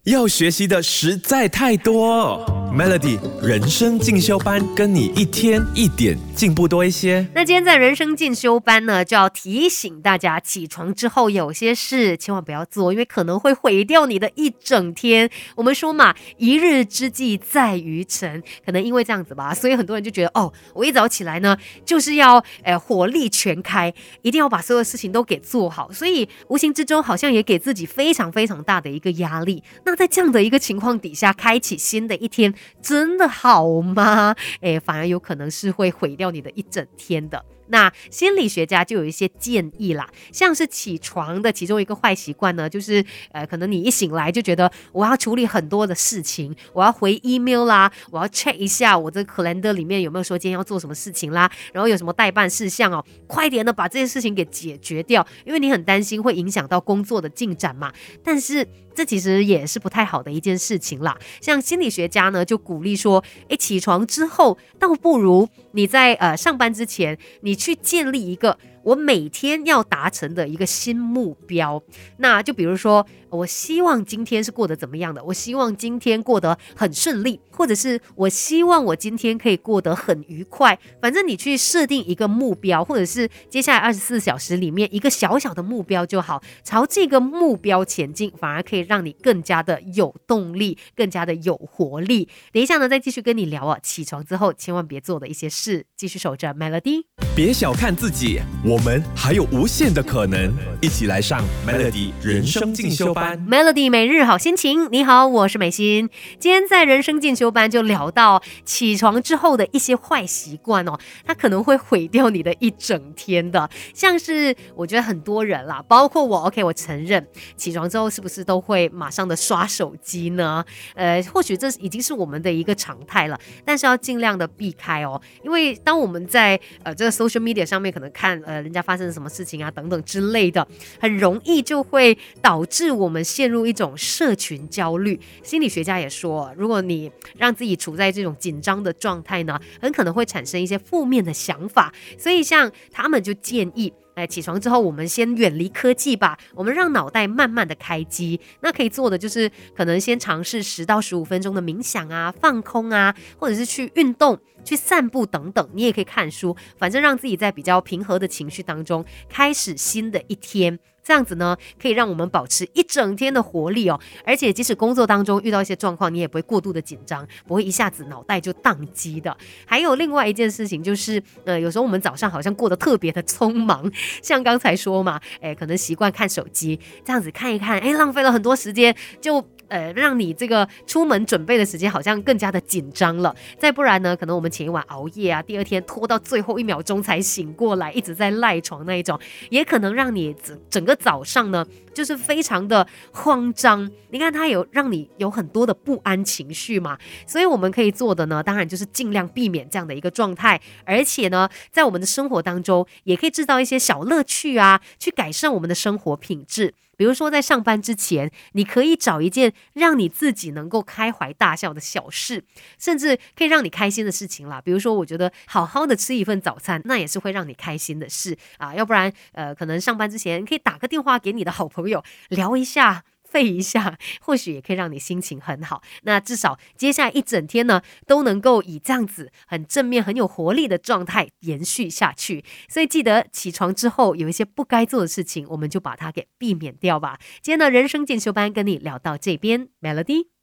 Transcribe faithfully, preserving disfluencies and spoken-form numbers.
要学习的实在太多。Melody 人生进修班，跟你一天一点进步多一些。 那今天在人生进修班呢，就要提醒大家，起床之后有些事千万不要做，因为可能会毁掉你的一整天。我们说嘛，一日之计在于晨，可能因为这样子吧，所以很多人就觉得，哦，我一早起来呢，就是要呃火力全开，一定要把所有事情都给做好，所以无形之中好像也给自己非常非常大的一个压力。那在这样的一个情况底下，开启新的一天，真的好吗？诶，反而有可能是会毁掉你的一整天的。那心理学家就有一些建议啦，像是起床的其中一个坏习惯呢，就是呃，可能你一醒来就觉得我要处理很多的事情，我要回 email 啦，我要 check 一下我的 calendar 里面有没有说今天要做什么事情啦，然后有什么代办事项哦，快点的把这些事情给解决掉，因为你很担心会影响到工作的进展嘛。但是这其实也是不太好的一件事情啦。像心理学家呢就鼓励说，诶，起床之后倒不如你在呃上班之前，你去建立一个我每天要达成的一个新目标。那就比如说，我希望今天是过得怎么样的，我希望今天过得很顺利，或者是我希望我今天可以过得很愉快。反正你去设定一个目标，或者是接下来二十四小时里面一个小小的目标就好，朝这个目标前进，反而可以让你更加的有动力，更加的有活力。等一下呢再继续跟你聊啊，起床之后千万别做的一些事。继续守着 Melody。 别小看自己，我们还有无限的可能。一起来上 Melody 人生进修班。 Melody 每日好心情，你好，我是美心。今天在人生进修班就聊到起床之后的一些坏习惯哦，它可能会毁掉你的一整天的。像是我觉得很多人啦，包括我 OK 我承认，起床之后是不是都会马上的刷手机呢？呃，或许这已经是我们的一个常态了，但是要尽量的避开哦，因为当我们在呃这个 social media 上面可能看呃人家发生了什么事情啊等等之类的，很容易就会导致我们陷入一种社群焦虑。心理学家也说，如果你让自己处在这种紧张的状态呢，很可能会产生一些负面的想法。所以像他们就建议，哎，起床之后我们先远离科技吧，我们让脑袋慢慢的开机。那可以做的就是可能先尝试十到十五分钟的冥想啊、放空啊，或者是去运动、去散步等等。你也可以看书，反正让自己在比较平和的情绪当中开始新的一天。这样子呢，可以让我们保持一整天的活力哦。而且即使工作当中遇到一些状况，你也不会过度的紧张，不会一下子脑袋就宕机的。还有另外一件事情就是，呃，有时候我们早上好像过得特别的匆忙，像刚才说嘛，哎，可能习惯看手机，这样子看一看，哎，浪费了很多时间，就呃，让你这个出门准备的时间好像更加的紧张了。再不然呢，可能我们前一晚熬夜啊，第二天拖到最后一秒钟才醒过来，一直在赖床那一种，也可能让你整整个早上呢，就是非常的慌张。你看它有让你有很多的不安情绪嘛，所以我们可以做的呢，当然就是尽量避免这样的一个状态。而且呢，在我们的生活当中，也可以制造一些小乐趣啊，去改善我们的生活品质。比如说在上班之前，你可以找一件让你自己能够开怀大笑的小事，甚至可以让你开心的事情啦。比如说我觉得好好的吃一份早餐，那也是会让你开心的事啊。要不然呃，可能上班之前可以打个电话给你的好朋友聊一下，废一下，或许也可以让你心情很好。那至少接下来一整天呢，都能够以这样子很正面、很有活力的状态延续下去。所以记得起床之后有一些不该做的事情，我们就把它给避免掉吧。今天的人生进修班跟你聊到这边 ，Melody。